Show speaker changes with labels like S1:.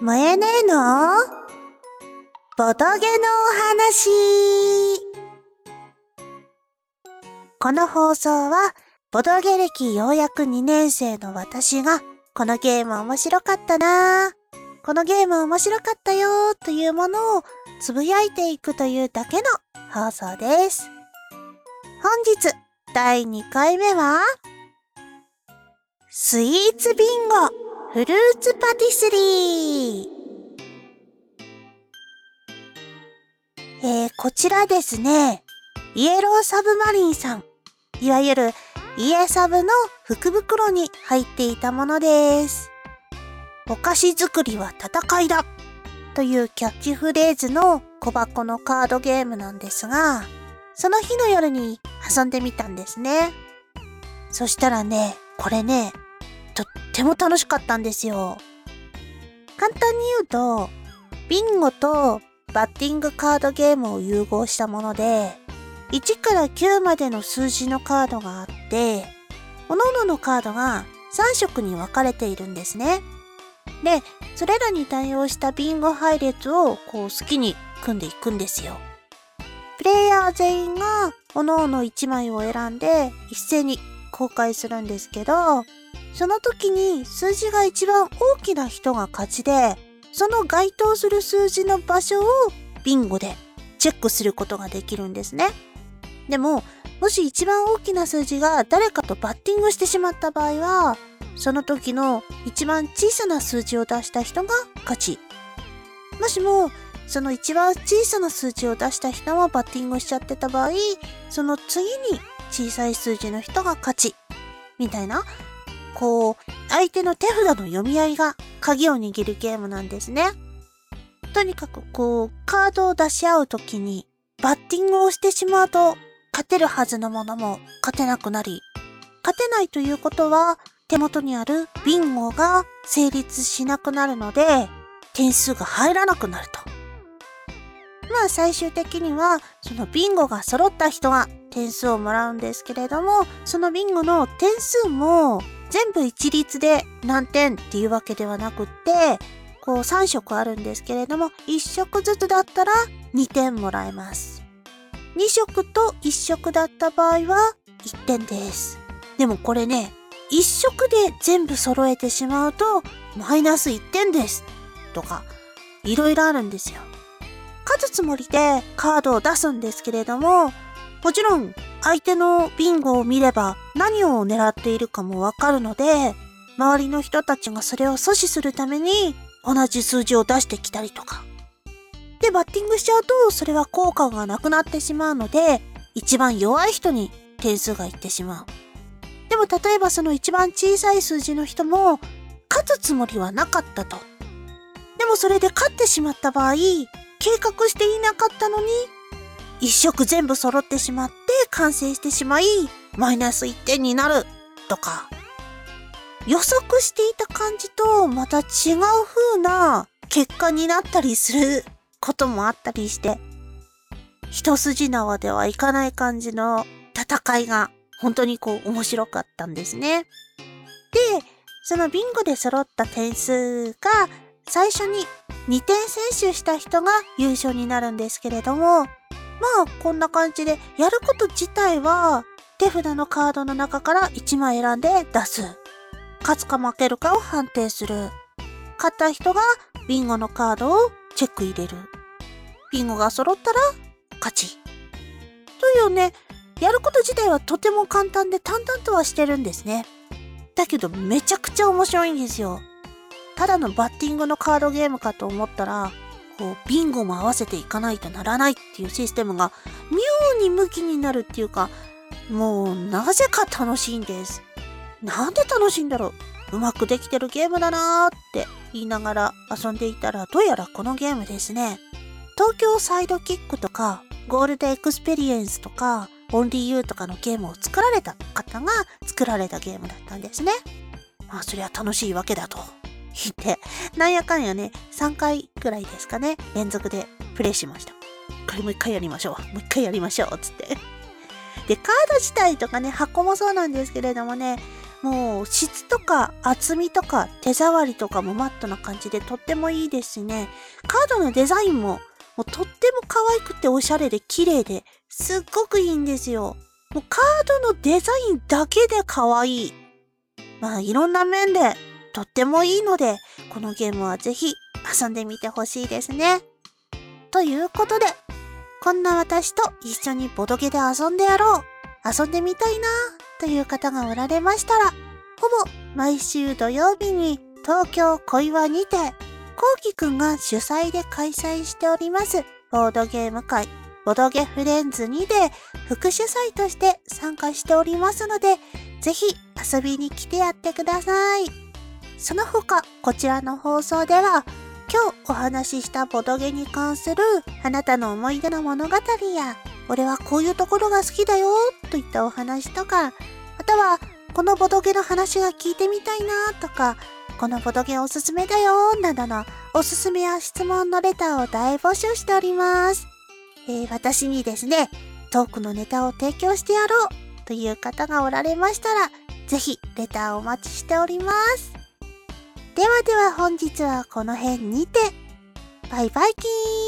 S1: 萌えねえのボトゲのお話。この放送はボトゲ歴ようやく2年生の私がこのゲーム面白かったな、このゲーム面白かったよというものをつぶやいていくというだけの放送です。本日第2回目はスイーツビンゴフルーツパティスリー。こちらですね、イエローサブマリンさん、いわゆるイエサブの福袋に入っていたものです。お菓子作りは戦いだというキャッチフレーズの小箱のカードゲームなんですが、その日の夜に遊んでみたんですね。そしたらね、これね、とっても楽しかったんですよ。簡単に言うと、ビンゴとバッティングカードゲームを融合したもので、1から9までの数字のカードがあって、各々のカードが3色に分かれているんですね。で、それらに対応したビンゴ配列を好きに組んでいくんですよ。プレイヤー全員が各々1枚を選んで一斉に公開するんですけど、その時に数字が一番大きな人が勝ちで、その該当する数字の場所をビンゴでチェックすることができるんですね。でも、もし一番大きな数字が誰かとバッティングしてしまった場合は、その時の一番小さな数字を出した人が勝ち。もしも、その一番小さな数字を出した人もバッティングしちゃってた場合、その次に小さい数字の人が勝ち。みたいな、相手の手札の読み合いが鍵を握るゲームなんですね。とにかくカードを出し合うときにバッティングをしてしまうと勝てるはずのものも勝てなくなり、勝てないということは手元にあるビンゴが成立しなくなるので点数が入らなくなると。まあ最終的にはそのビンゴが揃った人が点数をもらうんですけれども、そのビンゴの点数も全部一律で何点っていうわけではなくって、3色あるんですけれども、1色ずつだったら2点もらえます。2色と1色だった場合は1点です。でもこれね、1色で全部揃えてしまうとマイナス1点ですとか、いろいろあるんですよ。勝つつもりでカードを出すんですけれども、もちろん相手のビンゴを見れば何を狙っているかもわかるので、周りの人たちがそれを阻止するために同じ数字を出してきたりとか。で、バッティングしちゃうとそれは効果がなくなってしまうので、一番弱い人に点数がいってしまう。でも例えばその一番小さい数字の人も勝つつもりはなかったと。でもそれで勝ってしまった場合、計画していなかったのに一色全部揃ってしまって完成してしまいマイナス1点になるとか、予測していた感じとまた違う風な結果になったりすることもあったりして、一筋縄ではいかない感じの戦いが本当に面白かったんですね。で、そのビンゴで揃った点数が最初に2点先取した人が優勝になるんですけれども、まあこんな感じでやること自体は手札のカードの中から1枚選んで出す。勝つか負けるかを判定する。勝った人がビンゴのカードをチェック入れる。ビンゴが揃ったら勝ち。というね、やること自体はとても簡単で淡々とはしてるんですね。だけどめちゃくちゃ面白いんですよ。ただのバッティングのカードゲームかと思ったら、ビンゴも合わせていかないとならないっていうシステムが妙に向きになるっていうか、もうなぜか楽しいんです。なんで楽しいんだろう。うまくできてるゲームだなーって言いながら遊んでいたら、どうやらこのゲームですね、東京サイドキックとかゴールデンエクスペリエンスとかオンリーユーとかのゲームを作られた方が作られたゲームだったんですね。まあそりゃ楽しいわけだと言って、なんやかんやね、3回くらいですかね、連続でプレイしました。これもう一回やりましょう。もう一回やりましょう。つって。で、カード自体とかね、箱もそうなんですけれどもね、 もう質とか厚みとか手触りとかもマットな感じでとってもいいですしね。カードのデザインもとっても可愛くておしゃれで綺麗ですっごくいいんですよ。もうカードのデザインだけで可愛い。いろんな面でとってもいいので、このゲームはぜひ遊んでみてほしいですね。ということで、こんな私と一緒にボドゲで遊んでやろう、遊んでみたいなという方がおられましたら、ほぼ毎週土曜日に東京小岩にて、こうきくんが主催で開催しておりますボードゲーム会、ボドゲフレンズにて副主催として参加しておりますので、ぜひ遊びに来てやってください。その他、こちらの放送では、今日お話ししたボドゲに関するあなたの思い出の物語や、俺はこういうところが好きだよといったお話とか、またはこのボドゲの話が聞いてみたいなとか、このボドゲおすすめだよなどのおすすめや質問のレターを大募集しております。私にですね、トークのネタを提供してやろうという方がおられましたら、ぜひレターをお待ちしております。ではでは本日はこの辺にて、バイバイキーン。